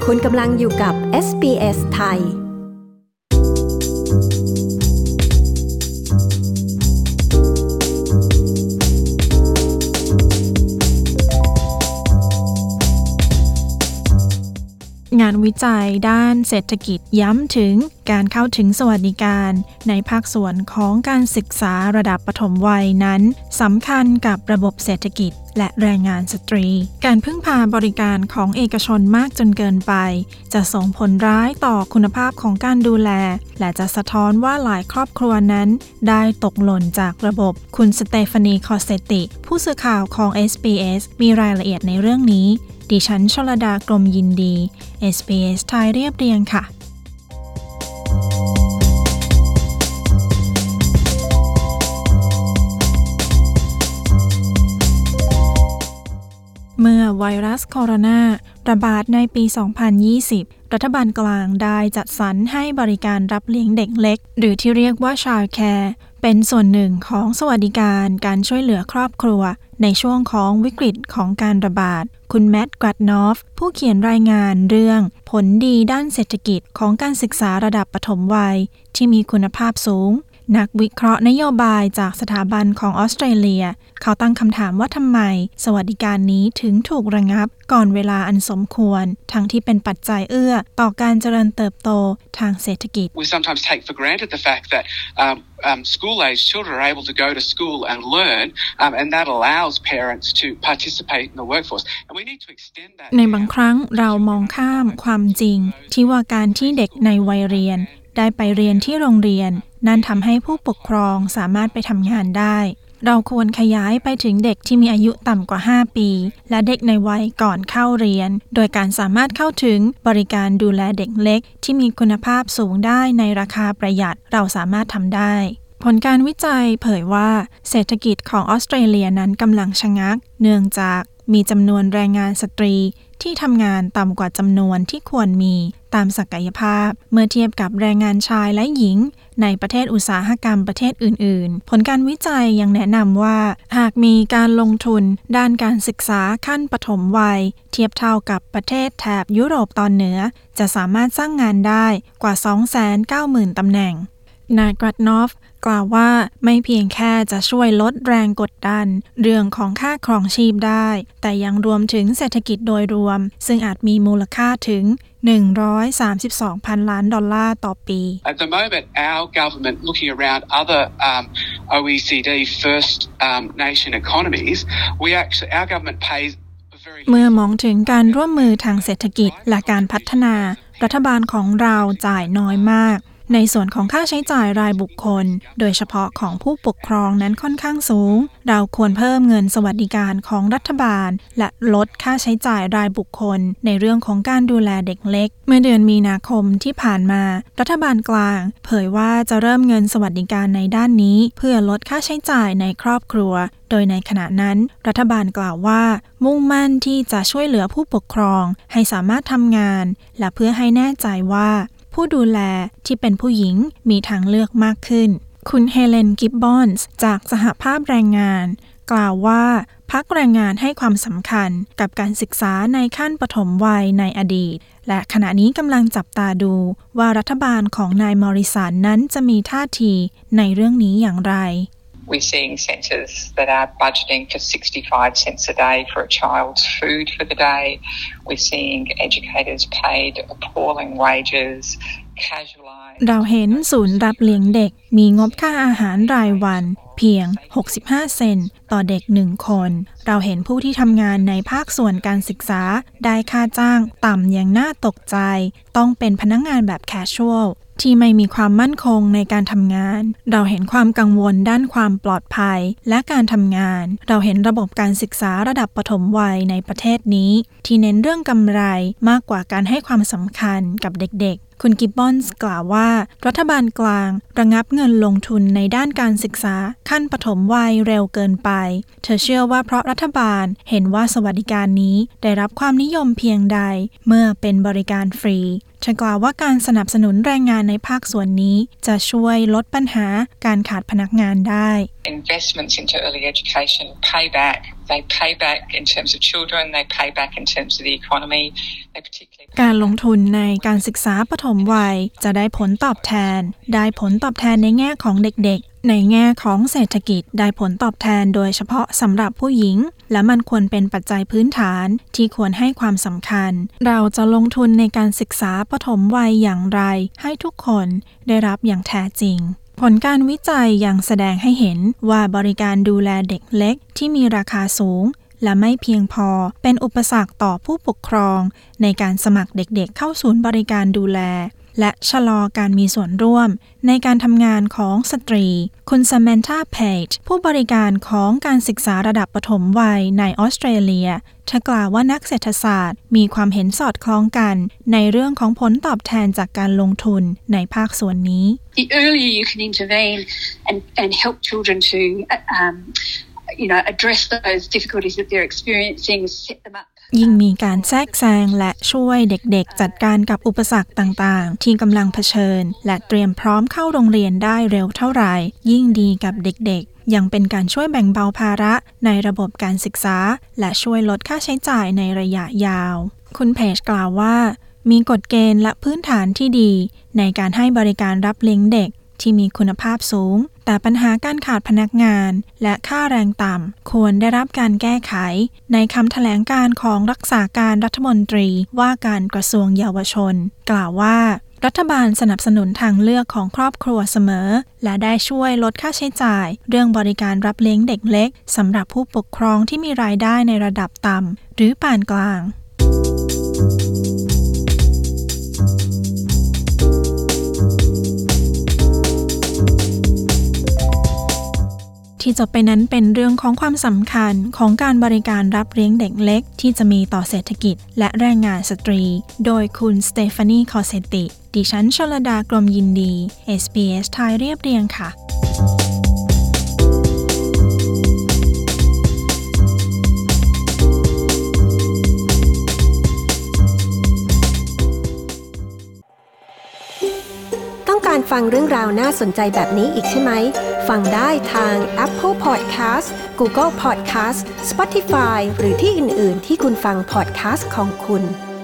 คุณกำลังอยู่กับ SBS ไทยงานวิจัยด้านเศรษฐกิจย้ำถึงการเข้าถึงสวัสดิการในภาคส่วนของการศึกษาระดับปฐมวัยนั้นสำคัญกับระบบเศรษฐกิจและแรงงานสตรีการพึ่งพาบริการของเอกชนมากจนเกินไปจะส่งผลร้ายต่อคุณภาพของการดูแลและจะสะท้อนว่าหลายครอบครัวนั้นได้ตกหล่นจากระบบคุณสเตฟานีคอสเซติผู้สื่อข่าวของ SBS มีรายละเอียดในเรื่องนี้ดิฉันชลดากรมยินดี SBS ไทยเรียบเรียงค่ะเมื่อไวรัสโคโรนาระบาดในปี 2020 รัฐบาลกลางได้จัดสรรให้บริการรับเลี้ยงเด็กเล็กหรือที่เรียกว่า Child Care เป็นส่วนหนึ่งของสวัสดิการช่วยเหลือครอบครัวในช่วงของวิกฤตของการระบาดคุณแมตต์ กรัตนอฟผู้เขียนรายงานเรื่องผลดีด้านเศรษฐกิจของการศึกษาระดับปฐมวัยที่มีคุณภาพสูงนักวิเคราะห์นโยบายจากสถาบันของออสเตรเลียเขาตั้งคำถามว่าทำไมสวัสดิการนี้ถึงถูกระงับก่อนเวลาอันสมควรทั้งที่เป็นปัจจัยเอื้อต่อการเจริญเติบโตทางเศรษฐกิจ We sometimes take for granted the fact that school-age children are able to go to school and learn, and that allows parents to participate in the workforce. And we need to extend that. ในบางครั้งเรามองข้ามความจริงที่ว่าการที่เด็กในวัยเรียนได้ไปเรียนที่โรงเรียนนั่นทำให้ผู้ปกครองสามารถไปทำงานได้เราควรขยายไปถึงเด็กที่มีอายุต่ำกว่า5ปีและเด็กในวัยก่อนเข้าเรียนโดยการสามารถเข้าถึงบริการดูแลเด็กเล็กที่มีคุณภาพสูงได้ในราคาประหยัดเราสามารถทำได้ผลการวิจัยเผยว่าเศรษฐกิจของออสเตรเลียนั้นกำลังชะงักเนื่องจากมีจำนวนแรงงานสตรีที่ทำงานต่ำกว่าจำนวนที่ควรมีตามศักยภาพเมื่อเทียบกับแรงงานชายและหญิงในประเทศอุตสาหกรรมประเทศอื่นๆผลการวิจัยยังแนะนำว่าหากมีการลงทุนด้านการศึกษาขั้นปฐมวัยเทียบเท่ากับประเทศแถบยุโรปตอนเหนือจะสามารถสร้างงานได้กว่า 290,000 ตำแหน่งนายกรัตนอฟกล่าวว่าไม่เพียงแค่จะช่วยลดแรงกดดันเรื่องของค่าครองชีพได้แต่ยังรวมถึงเศรษฐกิจโดยรวมซึ่งอาจมีมูลค่าถึง$132,000 ล้านต่อปี At the moment, our government, looking around other OECD first nation economies, our government pays เมื่อมองถึงการร่วมมือทางเศรษฐกิจและการพัฒนารัฐบาลของเราจ่ายน้อยมากในส่วนของค่าใช้จ่ายรายบุคคลโดยเฉพาะของผู้ปกครองนั้นค่อนข้างสูงเราควรเพิ่มเงินสวัสดิการของรัฐบาลและลดค่าใช้จ่ายรายบุคคลในเรื่องของการดูแลเด็กเล็กเมื่อเดือนมีนาคมที่ผ่านมารัฐบาลกลางเผยว่าจะเริ่มเงินสวัสดิการในด้านนี้เพื่อลดค่าใช้จ่ายในครอบครัวโดยในขณะนั้นรัฐบาลกล่าวว่ามุ่งมั่นที่จะช่วยเหลือผู้ปกครองให้สามารถทำงานและเพื่อให้แน่ใจว่าผู้ดูแลที่เป็นผู้หญิงมีทางเลือกมากขึ้นคุณเฮเลน กิบบอนส์จากสหภาพแรงงานกล่าวว่าพรรคแรงงานให้ความสำคัญกับการศึกษาในขั้นปฐมวัยในอดีตและขณะนี้กำลังจับตาดูว่ารัฐบาลของนายมอริสันนั้นจะมีท่าทีในเรื่องนี้อย่างไร We're seeing centres that are budgeting for 65 cents a day for a child's food for the day. We're seeing educators paid appalling wages, casualised. เราเห็นศูนย์รับเลี้ยงเด็กมีงบค่าอาหารรายวันเพียง65 เซนต์ต่อเด็ก1คนเราเห็นผู้ที่ทำงานในภาคส่วนการศึกษาได้ค่าจ้างต่ำอย่างน่าตกใจต้องเป็นพนักงานแบบ casualที่ไม่มีความมั่นคงในการทำงานเราเห็นความกังวลด้านความปลอดภัยและการทำงานเราเห็นระบบการศึกษาระดับปฐมวัยในประเทศนี้ที่เน้นเรื่องกำไรมากกว่าการให้ความสำคัญกับเด็กๆคุณกิบบอนส์กล่าวว่ารัฐบาลกลางระงับเงินลงทุนในด้านการศึกษาขั้นปฐมวัยเร็วเกินไปเธอเชื่อว่าเพราะรัฐบาลเห็นว่าสวัสดิการนี้ได้รับความนิยมเพียงใดเมื่อเป็นบริการฟรีเธอกล่าวว่าการสนับสนุนแรงงานในภาคส่วนนี้จะช่วยลดปัญหาการขาดพนักงานได้ Investments into early education pay back They pay back in terms of children, they pay back in terms of the economy. They particularly การลงทุนในการศึกษาปฐมวัยจะได้ผลตอบแทนในแง่ของเด็กๆในแง่ของเศรษฐกิจได้ผลตอบแทนโดยเฉพาะสำหรับผู้หญิงและมันควรเป็นปัจจัยพื้นฐานที่ควรให้ความสำคัญเราจะลงทุนในการศึกษาปฐมวัยอย่างไรให้ทุกคนได้รับอย่างแท้จริงผลการวิจัยยังแสดงให้เห็นว่าบริการดูแลเด็กเล็กที่มีราคาสูงและไม่เพียงพอเป็นอุปสรรคต่อผู้ปกครองในการสมัครเด็กๆเข้าศูนย์บริการดูแลและชะลอการมีส่วนร่วมในการทำงานของสตรีคุณซามันธา เพจผู้บริการของการศึกษาระดับปฐมวัยในออสเตรเลียเธอกล่าวว่านักเศรษฐศาสตร์มีความเห็นสอดคล้องกันในเรื่องของผลตอบแทนจากการลงทุนในภาคส่วนนี้ The earlier you can intervene and help children to address those difficulties that they're experiencing, set them up. ยิ่งมีการแทรกแซงและช่วยเด็กๆจัดการกับอุปสรรคต่างๆที่กำลังเผชิญและเตรียมพร้อมเข้าโรงเรียนได้เร็วเท่าไหร่ยิ่งดีกับเด็กๆยังเป็นการช่วยแบ่งเบาภาระในระบบการศึกษาและช่วยลดค่าใช้จ่ายในระยะยาวคุณเพจกล่าวว่ามีกฎเกณฑ์และพื้นฐานที่ดีในการให้บริการรับเลี้ยงเด็กที่มีคุณภาพสูงแต่ปัญหาการขาดพนักงานและค่าแรงต่ำควรได้รับการแก้ไขในคำแถลงการของรักษาการรัฐมนตรีว่าการกระทรวงเยาวชนกล่าวว่ารัฐบาลสนับสนุนทางเลือกของครอบครัวเสมอและได้ช่วยลดค่าใช้จ่ายเรื่องบริการรับเลี้ยงเด็กเล็กสำหรับผู้ปกครองที่มีรายได้ในระดับต่ำหรือปานกลางที่จบไปนั้นเป็นเรื่องของความสำคัญของการบริการรับเลี้ยงเด็กเล็กที่จะมีต่อเศรษฐกิจและแรงงานสตรีโดยคุณสเตฟานีคอเซติดิฉันชลดากรมยินดี SBS ไทยเรียบเรียงค่ะต้องการฟังเรื่องราวน่าสนใจแบบนี้อีกใช่ไหมฟังได้ทาง Apple Podcast Google Podcast Spotify หรือที่อื่นๆที่คุณฟัง podcast ของคุณ